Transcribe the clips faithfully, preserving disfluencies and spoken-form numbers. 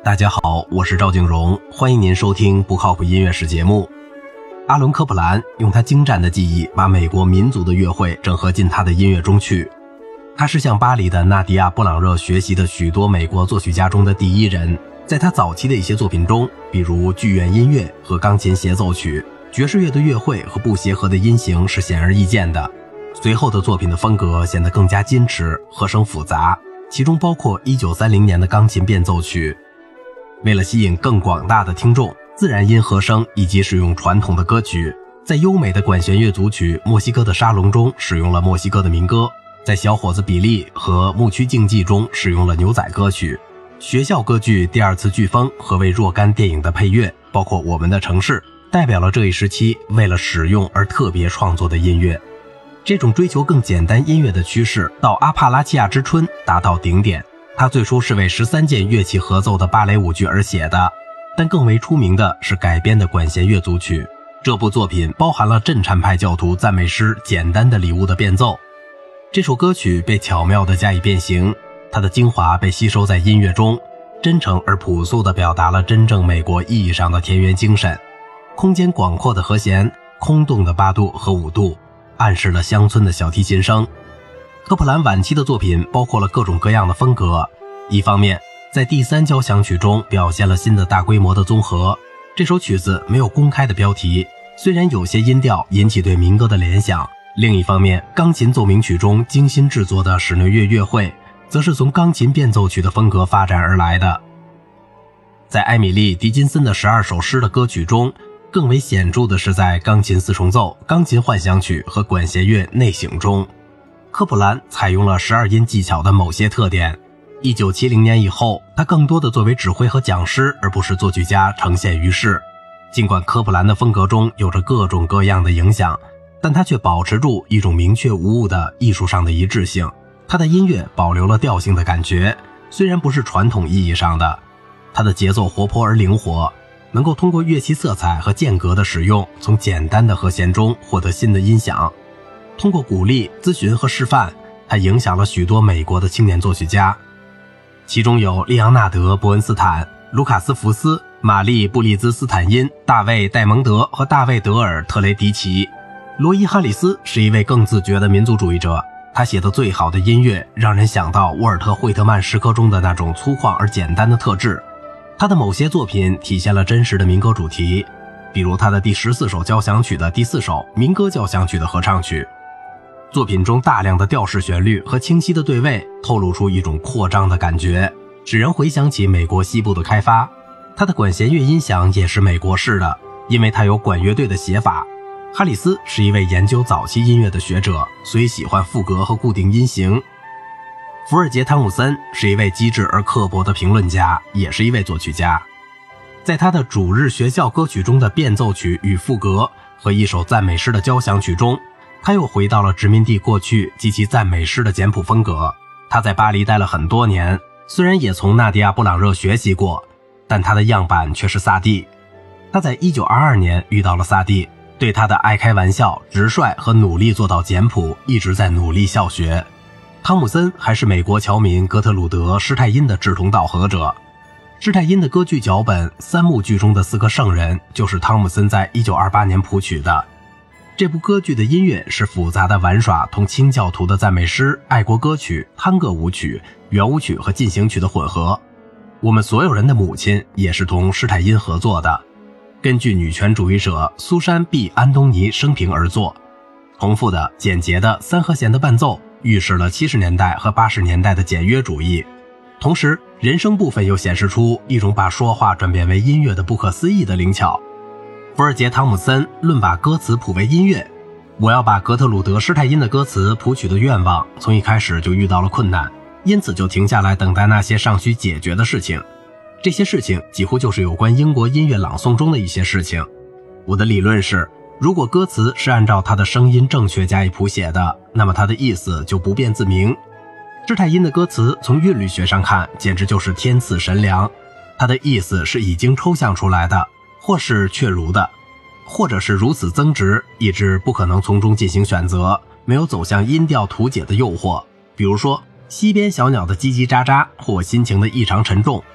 大家好，我是赵静荣，欢迎您收听不靠谱音乐史节目。阿伦·科普兰用他精湛的技艺把美国民族的乐会整合进他的音乐中去。他是向巴黎的纳迪亚·布朗热学习的许多美国作曲家中的第一人。在他早期的一些作品中，比如剧院音乐和钢琴协奏曲，爵士乐的乐会和不协和的音型是显而易见的。随后的作品的风格显得更加矜持，和声复杂，其中包括一九三零年的钢琴变奏曲。为了吸引更广大的听众，自然音和声以及使用传统的歌曲，在优美的管弦乐组曲《墨西哥的沙龙》中使用了墨西哥的民歌，在小伙子比利和牧区竞技中使用了牛仔歌曲。学校歌剧《第二次飓风》和为若干电影的配乐，包括《我们的城市》，代表了这一时期为了使用而特别创作的音乐。这种追求更简单音乐的趋势到阿帕拉契亚之春达到顶点。它最初是为十三件乐器合奏的芭蕾舞剧而写的，但更为出名的是改编的管弦乐组曲。这部作品包含了震颤派教徒赞美诗简单的礼物的变奏。这首歌曲被巧妙地加以变形，它的精华被吸收在音乐中，真诚而朴素地表达了真正美国意义上的田园精神。空间广阔的和弦，空洞的八度和五度，暗示了乡村的小提琴声。科普兰晚期的作品包括了各种各样的风格，一方面在第三交响曲中表现了新的大规模的综合。这首曲子没有公开的标题，虽然有些音调引起对民歌的联想。另一方面，钢琴奏鸣曲中精心制作的室内乐乐会则是从钢琴变奏曲的风格发展而来的。在艾米丽·狄金森的十二首诗的歌曲中，更为显著的是在钢琴四重奏、钢琴幻想曲和管弦乐内省中，科普兰采用了十二音技巧的某些特点。一九七零年以后，他更多的作为指挥和讲师，而不是作曲家呈现于世。尽管科普兰的风格中有着各种各样的影响，但他却保持住一种明确无误的艺术上的一致性。他的音乐保留了调性的感觉，虽然不是传统意义上的。他的节奏活泼而灵活，能够通过乐器色彩和间隔的使用，从简单的和弦中获得新的音响。通过鼓励、咨询和示范，他影响了许多美国的青年作曲家，其中有利昂纳德·伯恩斯坦、卢卡斯·福斯、玛丽·布利兹斯坦因、大卫·戴蒙德和大卫·德尔·特雷迪奇。罗伊·哈里斯是一位更自觉的民族主义者，他写的最好的音乐让人想到沃尔特·惠特曼诗歌中的那种粗犷而简单的特质。他的某些作品体现了真实的民歌主题，比如他的第十四首交响曲的第四首民歌交响曲的合唱曲。作品中大量的调式旋律和清晰的对位透露出一种扩张的感觉，使人回想起美国西部的开发。他的管弦乐音响也是美国式的，因为他有管乐队的写法。哈里斯是一位研究早期音乐的学者，所以喜欢赋格和固定音型。福尔杰·汤姆森是一位机智而刻薄的评论家，也是一位作曲家。在他的主日学校歌曲中的变奏曲与赋格和一首赞美诗的交响曲中，他又回到了殖民地过去及其赞美诗的简朴风格。他在巴黎待了很多年，虽然也从纳迪亚·布朗热学习过，但他的样板却是萨蒂。他在一九二二年遇到了萨蒂，对他的爱开玩笑、直率和努力做到简朴一直在努力效学。汤姆森还是美国侨民格特鲁德·施泰因的志同道合者。施泰因的歌剧脚本《三幕剧》中的四个圣人就是汤姆森在一九二八年谱曲的。这部歌剧的音乐是复杂的玩耍同清教徒的赞美诗、爱国歌曲、探戈舞曲、圆舞曲和进行曲的混合。我们所有人的母亲也是同施泰因合作的，根据女权主义者苏珊 ·B. 安东尼生平而作。重复的、简洁的三和弦的伴奏预示了七十年代和八十年代的简约主义，同时人声部分又显示出一种把说话转变为音乐的不可思议的灵巧。福尔杰·汤姆森论把歌词谱为音乐。我要把格特鲁德·施泰因的歌词谱曲的愿望从一开始就遇到了困难，因此就停下来等待那些尚需解决的事情。这些事情几乎就是有关英国音乐朗诵中的一些事情。我的理论是，如果歌词是按照他的声音正确加以谱写的，那么他的意思就不辩自明。施泰因的歌词从韵律学上看简直就是天赐神良，他的意思是已经抽象出来的，或是确如的，或者是如此增值以致不可能从中进行选择，没有走向音调图解的诱惑，比如说西边小鸟的叽叽喳喳或心情的异常沉重。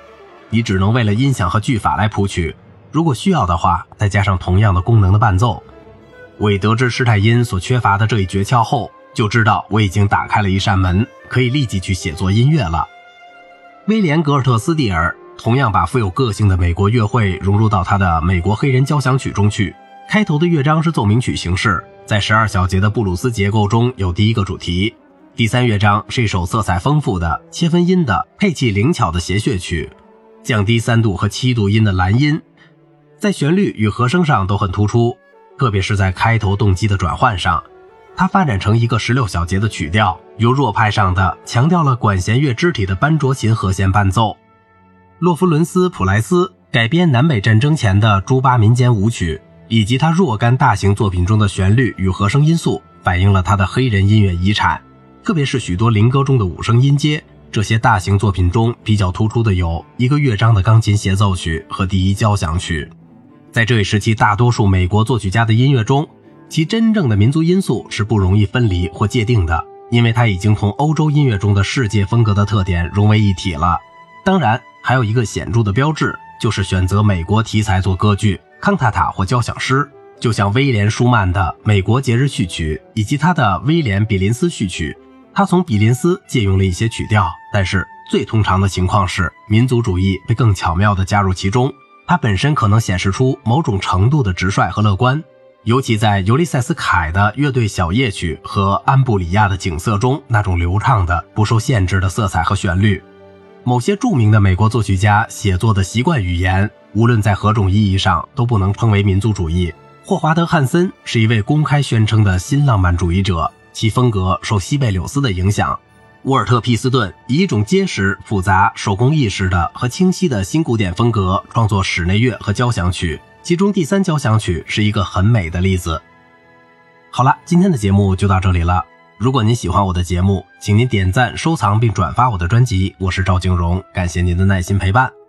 你只能为了音响和句法来谱曲，如果需要的话，再加上同样的功能的伴奏。我得知施泰因所缺乏的这一诀窍后，就知道我已经打开了一扇门，可以立即去写作音乐了。威廉·格尔特斯蒂尔同样把富有个性的美国乐会融入到他的《美国黑人交响曲》中去。开头的乐章是奏鸣曲形式，在十二小节的布鲁斯结构中有第一个主题。第三乐章是一首色彩丰富的切分音的配器灵巧的谐谑曲，降低三度和七度音的蓝音在旋律与和声上都很突出，特别是在开头动机的转换上，它发展成一个十六小节的曲调，由弱派上的强调了管弦乐肢体的班卓琴和弦伴奏。洛夫伦斯·普莱斯改编南北战争前的朱巴民间舞曲，以及他若干大型作品中的旋律与和声因素，反映了他的黑人音乐遗产，特别是许多灵歌中的五声音阶。这些大型作品中比较突出的有一个乐章的钢琴协奏曲和第一交响曲。在这一时期大多数美国作曲家的音乐中，其真正的民族因素是不容易分离或界定的，因为它已经同欧洲音乐中的世界风格的特点融为一体了。当然还有一个显著的标志，就是选择美国题材做歌剧、康塔塔或交响诗，就像威廉·舒曼的《美国节日序曲》以及他的《威廉·比林斯序曲》，他从比林斯借用了一些曲调，但是最通常的情况是民族主义被更巧妙地加入其中，它本身可能显示出某种程度的直率和乐观，尤其在尤利塞斯·凯的乐队小夜曲和安布里亚的景色中那种流畅的不受限制的色彩和旋律。某些著名的美国作曲家写作的习惯语言，无论在何种意义上都不能称为民族主义。霍华德·汉森是一位公开宣称的新浪漫主义者，其风格受西贝柳斯的影响。沃尔特·皮斯顿以一种结实、复杂、手工艺式的和清晰的新古典风格创作室内乐和交响曲，其中第三交响曲是一个很美的例子。好了，今天的节目就到这里了。如果您喜欢我的节目，请您点赞、收藏并转发我的专辑。我是赵静荣，感谢您的耐心陪伴。